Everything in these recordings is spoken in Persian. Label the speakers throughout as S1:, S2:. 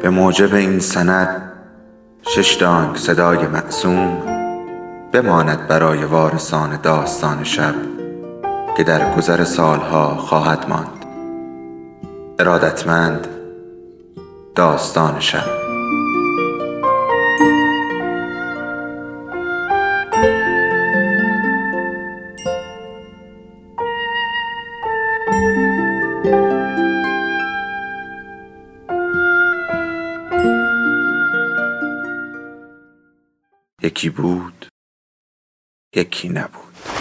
S1: به موجب این سند 6 دانگ صدای معصوم بماند برای وارثان داستان شب که در گذر سالها خواهد ماند. ارادتمند، داستان شب. یکی بود، یکی نبود.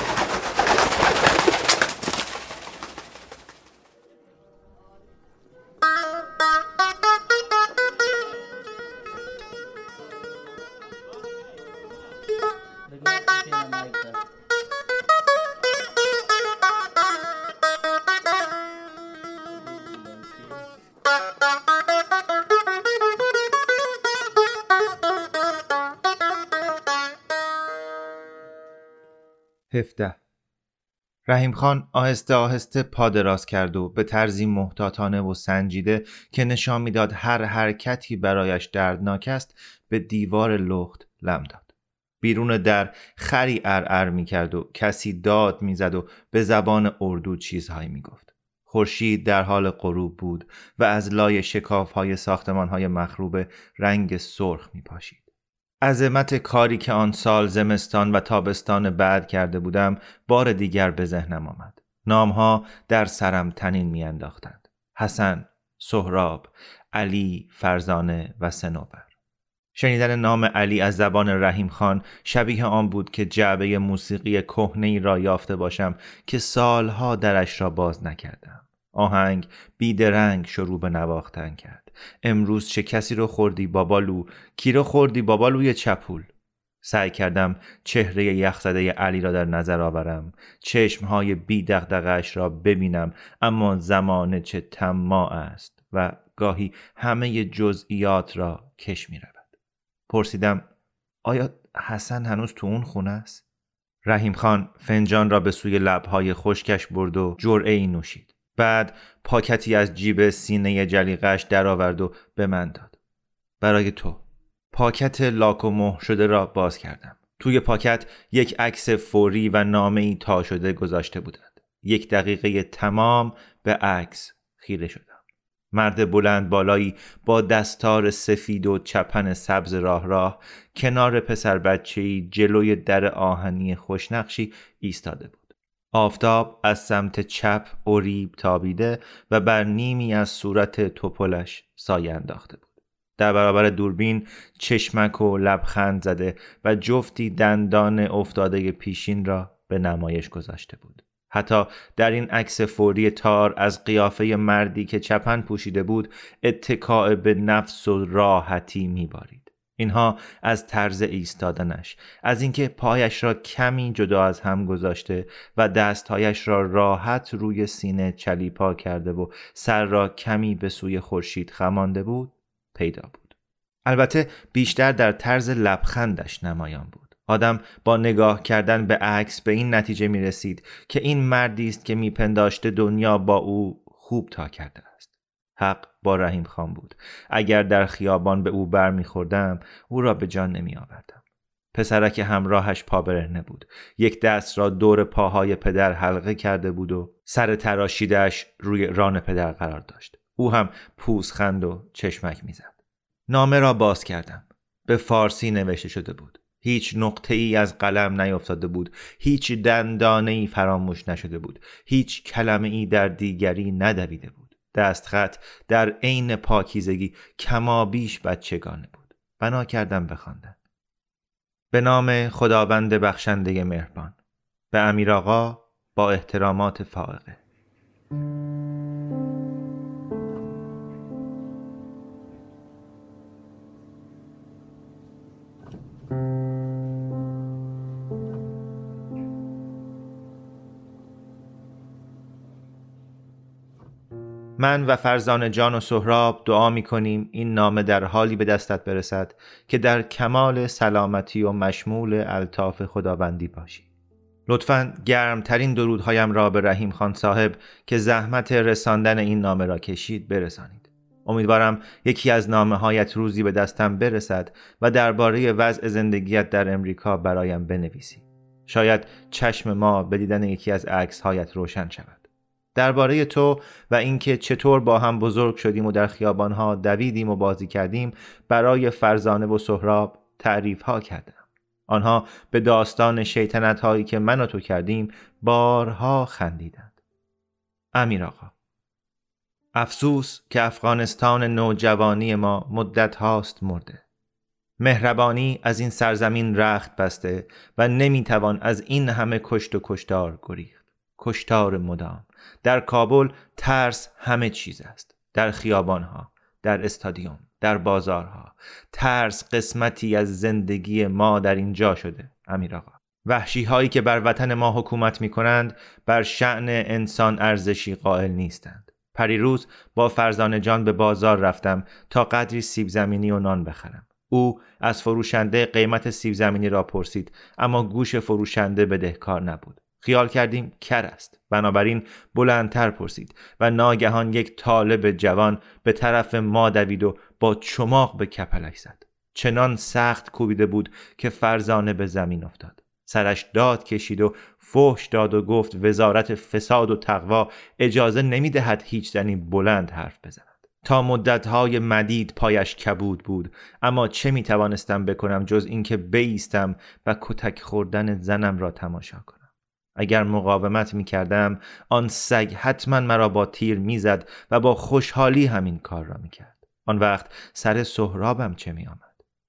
S2: رحیم خان آهسته آهسته پا دراز کرد و به طرزی محتاطانه و سنجیده که نشان میداد هر حرکتی برایش دردناک است به دیوار لخت لم داد. بیرون در خری ارعر میکرد و کسی داد میزد و به زبان اردو چیزهایی میگفت. خورشید در حال غروب بود و از لای شکاف‌های ساختمان‌های مخروب رنگ سرخ میپاشید. عظمت کاری که آن سال زمستان و تابستان بعد کرده بودم بار دیگر به ذهنم آمد. نامها در سرم طنین میانداختند: حسن، سهراب، علی، فرزانه و صنوبر. شنیدن نام علی از زبان رحیم خان شبیه آن بود که جعبه موسیقی کهنه‌ای را یافته باشم که سالها درش را باز نکردم. آهنگ بیدرنگ شروع به نواختن کرد. امروز چه کسی رو خوردی بابالو؟ کی رو خوردی بابالوی چپول؟ سعی کردم چهره یخزده علی را در نظر آورم، چشمهای بی دغدغه‌اش را ببینم، اما زمانه چه طماع است و گاهی همه جزئیات را کش می رود. پرسیدم: آیا حسن هنوز تو اون خونه است؟ رحیم خان فنجان را به سوی لبهای خشکش برد و جرعه‌ای نوشید. بعد پاکتی از جیب سینه جلیقه‌اش درآورد و به من داد. برای تو. پاکت لاک و مهر شده را باز کردم. توی پاکت یک عکس فوری و نامه‌ای تا شده گذاشته بودند. 1 دقیقه تمام به عکس خیره شدم. مرد بلند بالایی با دستار سفید و چپن سبز راه کنار پسر بچه‌ای جلوی در آهنی خوشنقشی ایستاده بود. آفتاب از سمت چپ اریب تابیده و بر نیمی از صورت توپلش سایه انداخته بود. در برابر دوربین چشمک و لبخند زده و جفتی دندان افتاده پیشین را به نمایش گذاشته بود. حتی در این عکس فوری تار از قیافه مردی که چپن پوشیده بود اتکاء به نفس و راحتی می‌بارید. اینها از طرز ایستادنش، از اینکه پایش را کمی جدا از هم گذاشته و دستهایش را راحت روی سینه چلیپا کرده و سر را کمی به سوی خورشید خمانده بود پیدا بود. البته بیشتر در طرز لبخندش نمایان بود. آدم با نگاه کردن به عکس به این نتیجه می رسید که این مردی است که می پنداشته دنیا با او خوب تا کرده است. حق با رحیم خان بود. اگر در خیابان به او بر می خوردم او را به جان نمی آوردم. پسرک همراهش پا برهنه بود. 1 دست را دور پاهای پدر حلقه کرده بود و سر تراشیدش روی ران پدر قرار داشت. او هم پوزخند و چشمک می زد. نامه را باز کردم. به فارسی نوشته شده بود. هیچ نقطه‌ای از قلم نیفتاده بود. هیچ دندانه‌ای فراموش نشده بود. هیچ کلمه‌ای در دیگری ندویده بود. دستخط در عین پاکیزگی کمابیش بچگانه بود. بنا کردم بخواندم. به نام خداوند بخشنده مهربان. به امیر آقا با احترامات فائقه. من و فرزانه جان و سهراب دعا می‌کنیم این نامه در حالی به دستت برسد که در کمال سلامتی و مشمول الطاف خداوندی باشی. لطفاً گرمترین درودهایم را به رحیم خان صاحب که زحمت رساندن این نامه را کشید برسانید. امیدوارم یکی از نامه‌هایت روزی به دستم برسد و درباره وضع زندگیت در امریکا برایم بنویسی. شاید چشم ما به دیدن یکی از عکس‌هایت روشن شود. درباره تو و اینکه چطور با هم بزرگ شدیم و در خیابان‌ها دویدیم و بازی کردیم برای فرزانه و سهراب تعریف‌ها کردم. آنها به داستان شیطنت‌هایی که من و تو کردیم بارها خندیدند. امیر آقا، افسوس که افغانستان نوجوانی ما مدت هاست مرده. مهربانی از این سرزمین رخت بسته و نمیتوان از این همه کشت و کشتار گریخت. کشتار مدام. در کابل ترس همه چیز است. در خیابانها، در استادیوم، در بازارها. ترس قسمتی از زندگی ما در اینجا شده. امیر آقا، وحشی هایی که بر وطن ما حکومت می کنند بر شأن انسان ارزشی قائل نیستند. پریروز با فرزانه جان به بازار رفتم تا قدری سیب زمینی و نان بخرم. او از فروشنده قیمت سیب زمینی را پرسید، اما گوش فروشنده بدهکار نبود. خیال کردیم کر است، بنابراین بلندتر پرسید و ناگهان یک طالب جوان به طرف ما دوید و با چماق به کپلش زد. چنان سخت کوبیده بود که فرزانه به زمین افتاد. سرش داد کشید و فحش داد و گفت وزارت فساد و تقوا اجازه نمیدهد هیچ زنی بلند حرف بزند. تا مدتهای مدید پایش کبود بود، اما چه میتوانستم بکنم جز اینکه بایستم و کتک خوردن زنم را تماشا کنم. اگر مقاومت میکردم آن سگ حتما مرا با تیر میزد و با خوشحالی همین کار را میکرد. آن وقت سر سهرابم چه میآمد؟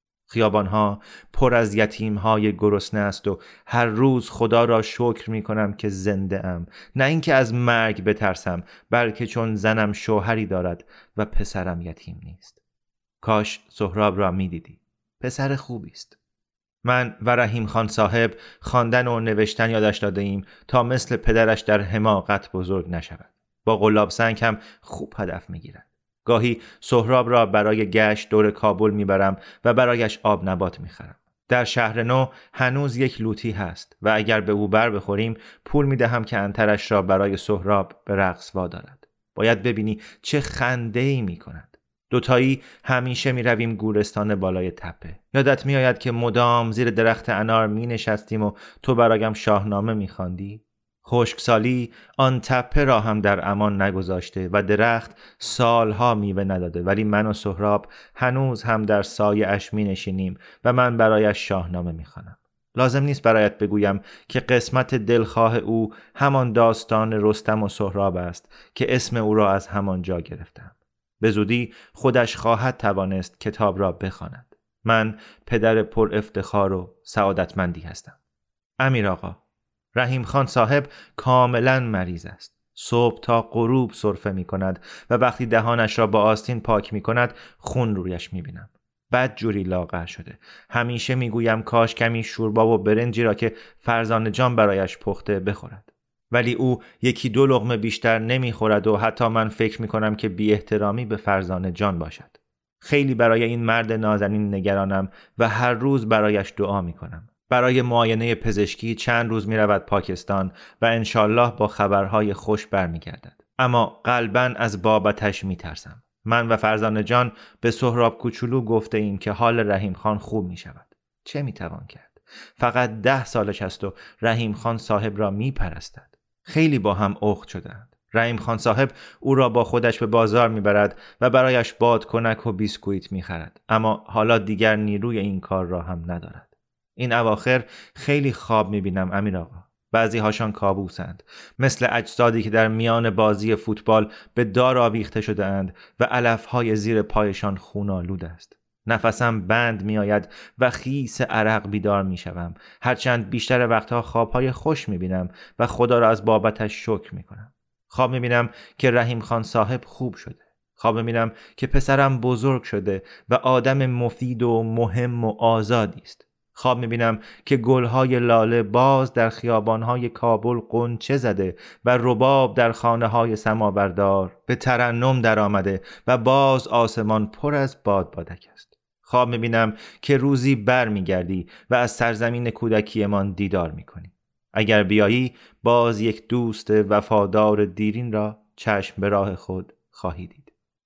S2: خیابانها پر از یتیمهای گرسنه است و هر روز خدا را شکر می کنم که زنده ام، نه اینکه از مرگ بترسم، بلکه چون زنم شوهری دارد و پسرم یتیم نیست. کاش سهراب را می دیدی. پسر خوبی است. من و رحیم خان صاحب خواندن و نوشتن یادش داده ایم تا مثل پدرش در حماقت بزرگ نشود. با قلاب سنگ هم خوب هدف می گیرد. گاهی سهراب را برای گشت دور کابل میبرم و برایش آب نبات میخرم. در شهر نو هنوز یک لوتی هست و اگر به او بر بخوریم پول میدهم که انترش را برای سهراب به رقص وادارد. باید ببینی چه خنده‌ای میکند. دوتایی همیشه میرویم گورستان بالای تپه. یادت میآید که مدام زیر درخت انار مینشستیم و تو برایم شاهنامه میخواندی؟ خشکسالی آن تپه را هم در امان نگذاشته و درخت سالها میوه نداده، ولی من و سهراب هنوز هم در سایه اش می نشینیم و من برایش شاهنامه می خوانم. لازم نیست برایت بگویم که قسمت دلخواه او همان داستان رستم و سهراب است که اسم او را از همان جا گرفتم. به زودی خودش خواهد توانست کتاب را بخواند. من پدر پر افتخار و سعادتمندی هستم. امیر آقا، رحیم خان صاحب کاملا مریض است. صبح تا غروب سرفه می کند و وقتی دهانش را با آستین پاک می کند خون رویش می بینم. بد جوری لاغر شده. همیشه می گویم کاش کمی شوربا و برنجی را که فرزانه جان برایش پخته بخورد. ولی او یکی دو لقمه بیشتر نمی خورد و حتی من فکر می کنم که بی احترامی به فرزانه جان باشد. خیلی برای این مرد نازنین نگرانم و هر روز برایش دعا می کنم. برای معاینه پزشکی چند روز می رود پاکستان و انشالله با خبرهای خوش برمیگردد. اما قلباً از بابتش می ترسم. من و فرزانه جان به سهراب کوچولو گفته ایم که حال رحیم خان خوب می شود. چه می توان کرد؟ فقط 10 سالش است و رحیم خان صاحب را می پرستد. خیلی با هم اخت شدند. رحیم خان صاحب او را با خودش به بازار می برد و برایش بادکنک و بیسکویت می خرد. اما حالا دیگر نیروی این کار را هم ندارد. این اواخر خیلی خواب میبینم امیر آقا. بعضی هاشان کابوسند، مثل اجسادی که در میان بازی فوتبال به دار آویخته شده اند و علفهای زیر پایشان خونالود است. نفسم بند میآید و خیس عرق بیدار میشوم. هرچند بیشتر وقتها خوابهای خوش میبینم و خدا را از بابتش شکر میکنم. خواب میبینم که رحیم خان صاحب خوب شده. خواب میبینم که پسرم بزرگ شده و آدم مفید و مهم و آزادی است. خواب میبینم که گلهای لاله باز در خیابانهای کابل غنچه زده و رباب در خانه‌های سماوردار به ترنم در آمده و باز آسمان پر از بادبادک است. خواب میبینم که روزی بر میگردی و از سرزمین کودکیمان دیدار میکنی. اگر بیایی باز یک دوست وفادار دیرین را چشم به راه خود خواهی دید.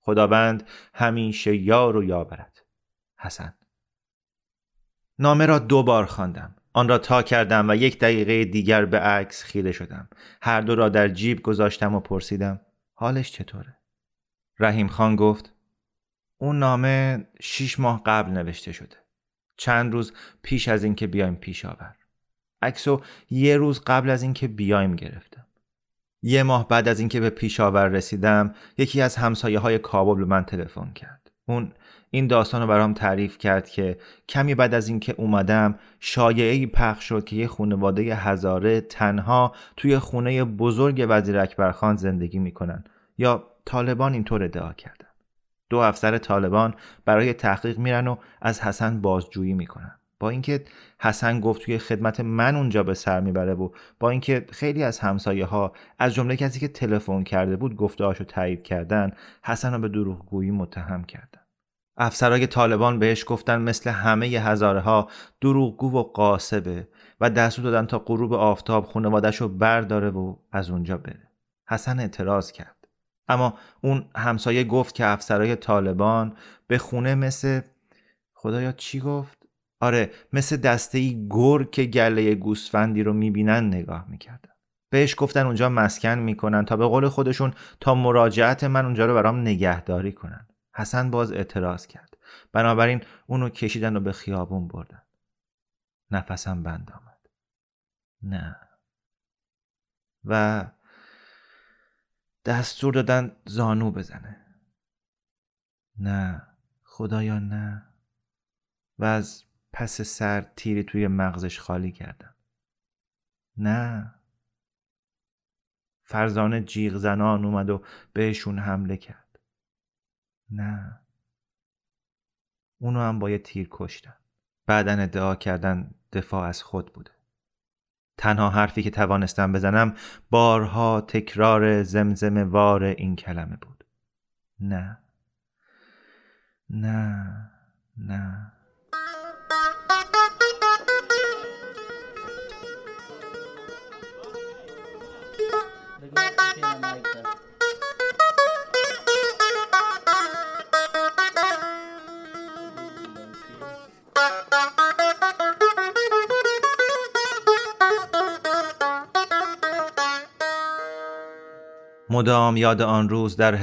S2: خداوند همیشه یار و یاورت. حسن. نامه را 2 بار خواندم. آن را تا کردم و 1 دقیقه دیگر به عکس خیره شدم. هر دو را در جیب گذاشتم و پرسیدم حالش چطوره؟ رحیم خان گفت اون نامه 6 ماه قبل نوشته شده. چند روز پیش از این که بیایم پیشاور. عکسو 1 روز قبل از این که بیایم گرفتم. 1 ماه بعد از این که به پیشاور رسیدم یکی از همسایه‌های کابل به من تلفن کرد. اون این داستان رو برام تعریف کرد که کمی بعد از این که اومدم شایعه‌ای پخش شد که یه خانواده هزاره تنها توی خونه بزرگ وزیر اکبرخان زندگی میکنن، یا طالبان اینطور ادعا کردن. 2 افسر طالبان برای تحقیق میرن و از حسن بازجویی میکنن. با اینکه حسن گفت توی خدمت من اونجا به سر میبره و با اینکه خیلی از همسایه ها از جمله کسی که تلفن کرده بود گفته‌هاشو تایید کردن، حسن رو به دروغگویی متهم کردن. افسرهای طالبان بهش گفتن مثل همه هزاره ها دروغگو و قاصبه و دستور دادن تا غروب آفتاب خانواده‌شو برداره و از اونجا بره. حسن اعتراض کرد. اما اون همسایه گفت که افسرهای طالبان به خونه مثل خدایا چی گفت؟ آره، مثل دسته‌ای گرگ که گله گوسفندی رو میبینن نگاه میکردن. بهش گفتن اونجا مسکن میکنن تا به قول خودشون تا مراجعت من اونجا رو برام نگهداری کنن. حسن باز اعتراض کرد. بنابراین اونو کشیدن و به خیابون بردن. نفسم بند آمد. نه. و دستور دادن زانو بزنه. نه، خدایا نه. و از پس سر تیری توی مغزش خالی کردم. نه. فرزانه جیغ زنان اومد و بهشون حمله کرد. نه. اونو هم با یه تیر کشتن. بعدن ادعا کردن دفاع از خود بوده. تنها حرفی که توانستم بزنم بارها تکرار زمزمه وار این کلمه بود. نه. نه. نه. مدام یاد آن روز در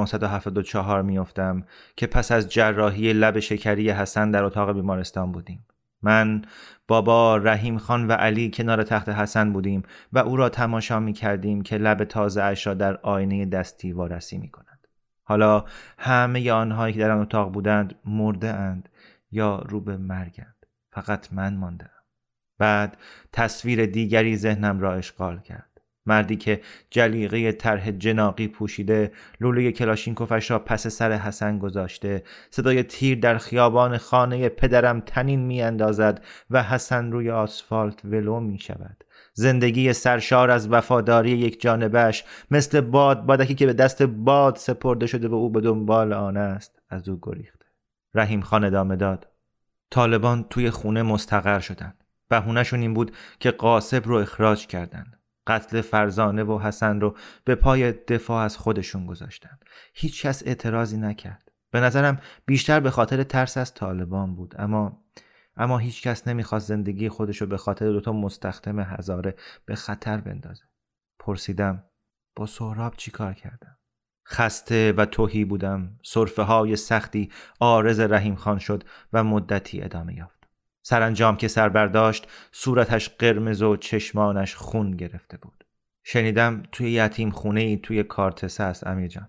S2: 1974 میافتم که پس از جراحی لب شکری حسن در اتاق بیمارستان بودیم. من، بابا، رحیم خان و علی کنار تخت حسن بودیم و او را تماشا می کردیم که لب تازه اش را در آینه دستی وارسی می کند. حالا همه آنهایی که در آن اتاق بودند مرده اند یا رو به مرگند. فقط من ماندم. بعد تصویر دیگری ذهنم را اشغال کرد. مردی که جلیقه طرح جناقی پوشیده، لوله کلاشینکوفش را پس سر حسن گذاشته، صدای تیر در خیابان خانه پدرم تنین می اندازد و حسن روی آسفالت ولو می شود. زندگی سرشار از وفاداری یک جانبش مثل بادکی که به دست باد سپرده شده و او به دنبال آن است، از او گریخته. رحیم خان ادامه داد: طالبان توی خونه مستقر شدن. بهونه‌شون این بود که قاصب رو اخراج کردن. قتل فرزانه و حسن رو به پای دفاع از خودشون گذاشتن. هیچ کس اعتراضی نکرد. به نظرم بیشتر به خاطر ترس از طالبان بود، اما هیچ کس نمیخواست زندگی خودشو به خاطر 2 مستخدم هزاره به خطر بندازه. پرسیدم با سهراب چی کار کردم؟ خسته و تهی بودم. سرفه های سختی عارض رحیم خان شد و مدتی ادامه یافت. سرانجام که سر برداشت صورتش قرمز و چشمانش خون گرفته بود. شنیدم توی یتیم خونه ای توی کارتسه است امیر جان.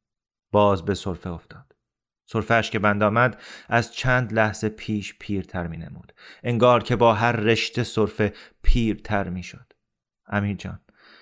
S2: باز به سرفه افتاد. سرفه‌اش که بند آمد از چند لحظه پیش پیرتر می نمود. انگار که با هر رشته سرفه پیرتر می شد. امیر جان،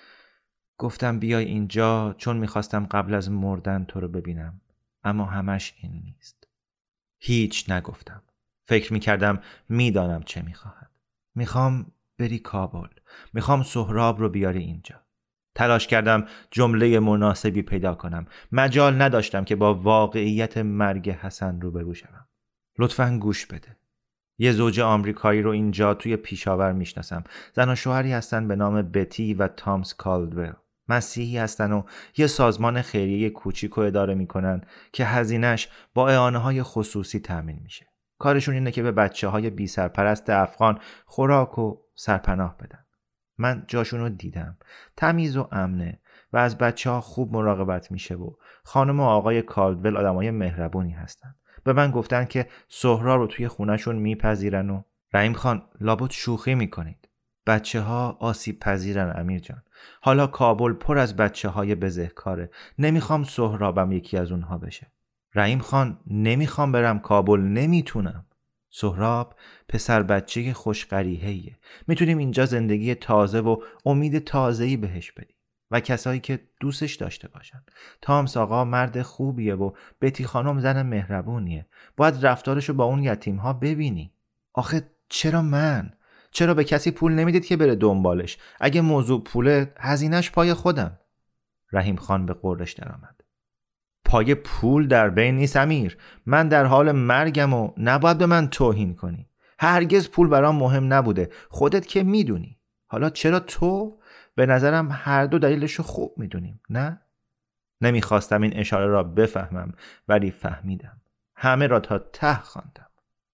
S2: گفتم بیای اینجا چون میخواستم قبل از مردن تو رو ببینم، اما همش این نیست. هیچ نگفتم. فکر میکردم میدانم چه میخواهد. میخوام بری کابل. میخوام سهراب رو بیاری اینجا. تلاش کردم جمله مناسبی پیدا کنم. مجال نداشتم که با واقعیت مرگ حسن روبرو شوم. لطفاً گوش بده. یه زوج آمریکایی رو اینجا توی پیشاور میشناسم. زن و شوهری هستن به نام بتی و تامس کالدویل. مسیحی هستن و یه سازمان خیریه کوچیک اداره میکنن که هزینه‌اش با اعانه‌های خصوصی تامین میشه. کارشون اینه که به بچه‌های بی سرپرست افغان خوراک و سرپناه بدن. من جاشون رو دیدم. تمیز و امنه و از بچه‌ها خوب مراقبت میشه و خانم و آقای کالدول آدمای مهربونی هستن. به من گفتن که سهراب رو توی خونه‌شون میپذیرن و رحیم خان لابد شوخی میکنید. بچه‌ها آسیب پذیرن امیر جان. حالا کابل پر از بچه‌های بزهکاره. نمیخوام سهرابم یکی از اونها بشه. رحیم خان نمیخوام برم کابل، نمیتونم. سهراب پسر بچه خوشقریحه‌ایه. میتونیم اینجا زندگی تازه و امید تازه‌ای بهش بدیم و کسایی که دوستش داشته باشن. تامس آقا مرد خوبیه و بتی خانم زن مهربونیه. باید رفتارشو با اون یتیم‌ها ببینی. آخه چرا من؟ چرا به کسی پول نمیدید که بره دنبالش؟ اگه موضوع پوله، هزینه‌اش پای خودم. رحیم خان به غرش درآمد. پای پول در بین نیست امیر. من در حال مرگم و نباید به من توهین کنی. هرگز پول برام مهم نبوده، خودت که میدونی. حالا چرا تو؟ به نظرم هر دو دلیلشو خوب میدونیم، نه؟ نمیخواستم این اشاره را بفهمم ولی فهمیدم. همه را تا ته خواندم.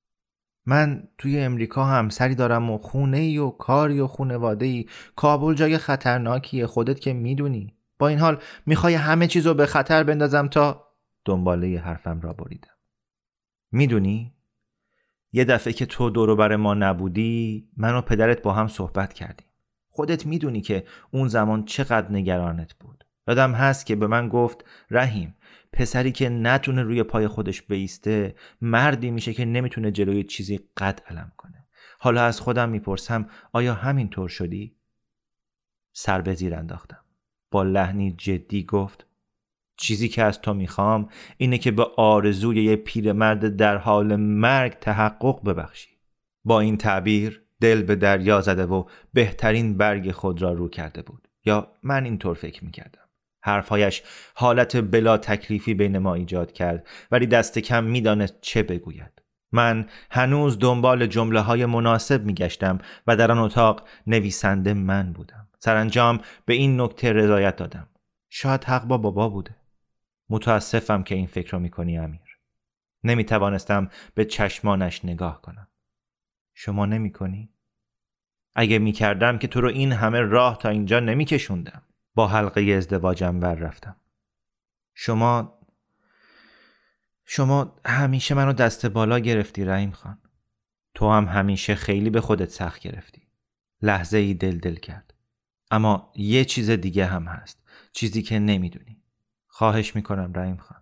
S2: من توی امریکا همسری دارم و خونه‌ای و کاری و خونواده‌ای. کابل جای خطرناکیه، خودت که میدونی. با این حال میخوای همه چیزو به خطر بندازم تا دنباله حرفم را بریدم. میدونی؟ یه دفعه که تو دور و بر ما نبودی، من و پدرت با هم صحبت کردیم. خودت میدونی که اون زمان چقدر نگرانت بود. یادم هست که به من گفت رحیم، پسری که نتونه روی پای خودش بیسته مردی میشه که نمیتونه جلوی چیزی قد علم کنه. حالا از خودم میپرسم آیا همین طور شدی؟ سر به زیر انداختم. با لحنی جدی گفت چیزی که از تو میخوام اینه که به آرزوی یه پیرمرد در حال مرگ تحقق ببخشی. با این تعبیر دل به دریا زده و بهترین برگ خود را رو کرده بود. یا من اینطور فکر میکردم. حرفهایش حالت بلا تکلیفی بین ما ایجاد کرد ولی دست کم میدانست چه بگوید. من هنوز دنبال جمله های مناسب میگشتم و در آن اتاق نویسنده من بودم. سرانجام به این نکته رضایت دادم. شاید حق با بابا بوده. متاسفم که این فکر رو میکنی امیر. نمیتوانستم به چشمانش نگاه کنم. شما نمیکنی؟ اگه میکردم که تو رو این همه راه تا اینجا نمیکشوندم. با حلقه ازدواجم ور رفتم. شما همیشه منو دست بالا گرفتی رحیم خان. تو هم همیشه خیلی به خودت سخت گرفتی. لحظه ای دل کرد. اما یه چیز دیگه هم هست. چیزی که نمیدونی. خواهش میکنم رحیم خان.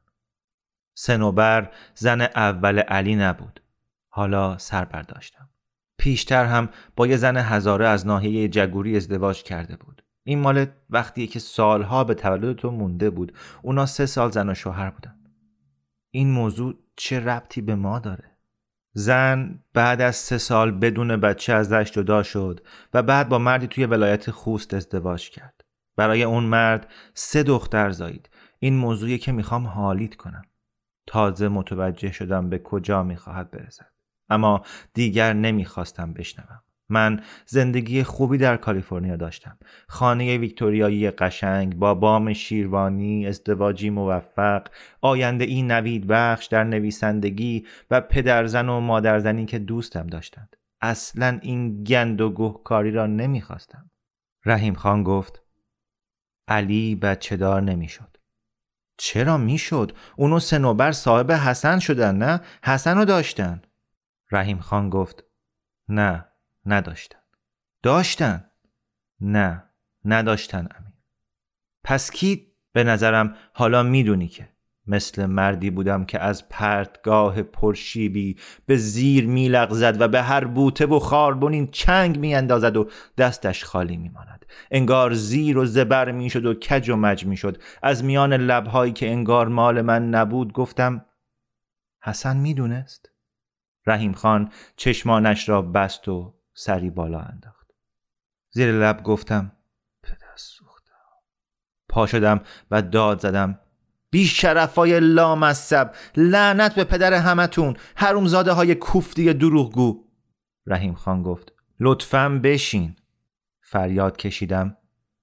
S2: صنوبر زن اول علی نبود. حالا سر برداشتم. پیشتر هم با یه زن هزاره از ناحیه جگوری ازدواج کرده بود. این مال وقتیه که سالها به تولد تو مونده بود. اونا 3 سال زن و شوهر بودن. این موضوع چه ربطی به ما داره؟ زن بعد از 3 سال بدون بچه ازش جدا شد و بعد با مردی توی ولایت خوست ازدواج کرد. برای اون مرد 3 دختر زایید. این موضوعی که میخوام حالیت کنم. تازه متوجه شدم به کجا میخواهد برسد. اما دیگر نمیخواستم بشنوم. من زندگی خوبی در کالیفرنیا داشتم. خانه ویکتوریایی قشنگ با بام شیروانی، ازدواجی موفق، آینده این نوید بخش در نویسندگی و پدرزن و مادرزنی که دوستم داشتند. اصلا این گند و گهکاری را نمیخواستم. رحیم خان گفت علی بچه دار نمیشد. چرا میشد؟ اونو صنوبر صاحب حسن شدن، نه؟ حسن رو داشتن. رحیم خان گفت نه، نداشتن. داشتن؟ نه، نداشتن امیر. پس کی؟ به نظرم حالا میدونی که مثل مردی بودم که از پرتگاه پرشیبی به زیر میلغزد و به هر بوته و خاربنین چنگ میاندازد و دستش خالی میماند. انگار زیر و زبر میشد و کج و مج میشد. از میان لبهایی که انگار مال من نبود گفتم حسن میدونست؟ رحیم خان چشمانش را بست و سری بالا انداخت. زیر لب گفتم پدر سوخته. پا شدم و داد زدم بی شرفای لامصب، لعنت به پدر همتون، حرومزاده های کوفتی دروغگو. رحیم خان گفت لطفاً بشین. فریاد کشیدم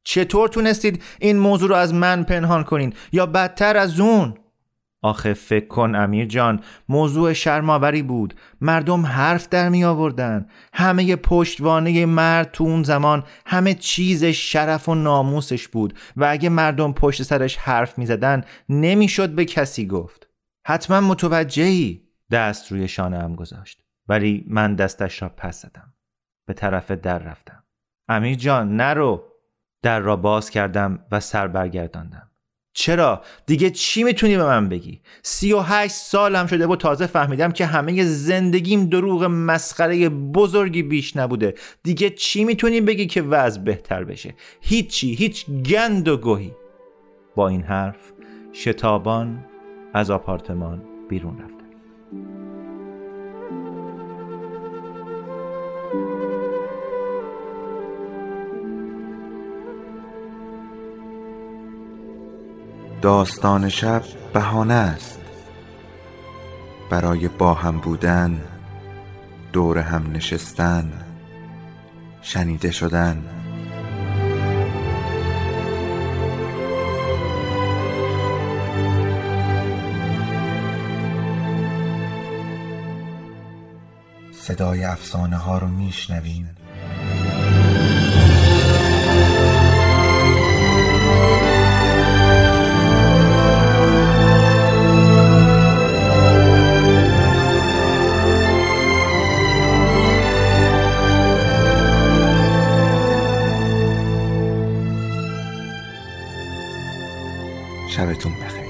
S2: چطور تونستید این موضوع رو از من پنهان کنین؟ یا بدتر از اون؟ آخه فکر کن امیر جان، موضوع شرم‌آوری بود. مردم حرف در می آوردن. همه پشتوانه مرد تو اون زمان همه چیزش شرف و ناموسش بود و اگه مردم پشت سرش حرف می زدن نمی شد به کسی گفت. حتما متوجهی. دست روی شانه‌ام گذاشت ولی من دستش را پس زدم. به طرف در رفتم. امیر جان نرو. در را باز کردم و سر برگرداندم. چرا؟ دیگه چی میتونی به من بگی؟ 38 سالم شده و تازه فهمیدم که همه زندگیم دروغ مسخره بزرگی بیش نبوده. دیگه چی میتونی بگی که وضع بهتر بشه؟ هیچی، هیچ گند و گوهی. با این حرف شتابان از آپارتمان بیرون رفتم.
S1: داستان شب بهانه است برای با هم بودن، دور هم نشستن، شنیده شدن. صدای افسانه ها رو میشنویم. شبتون بخیر.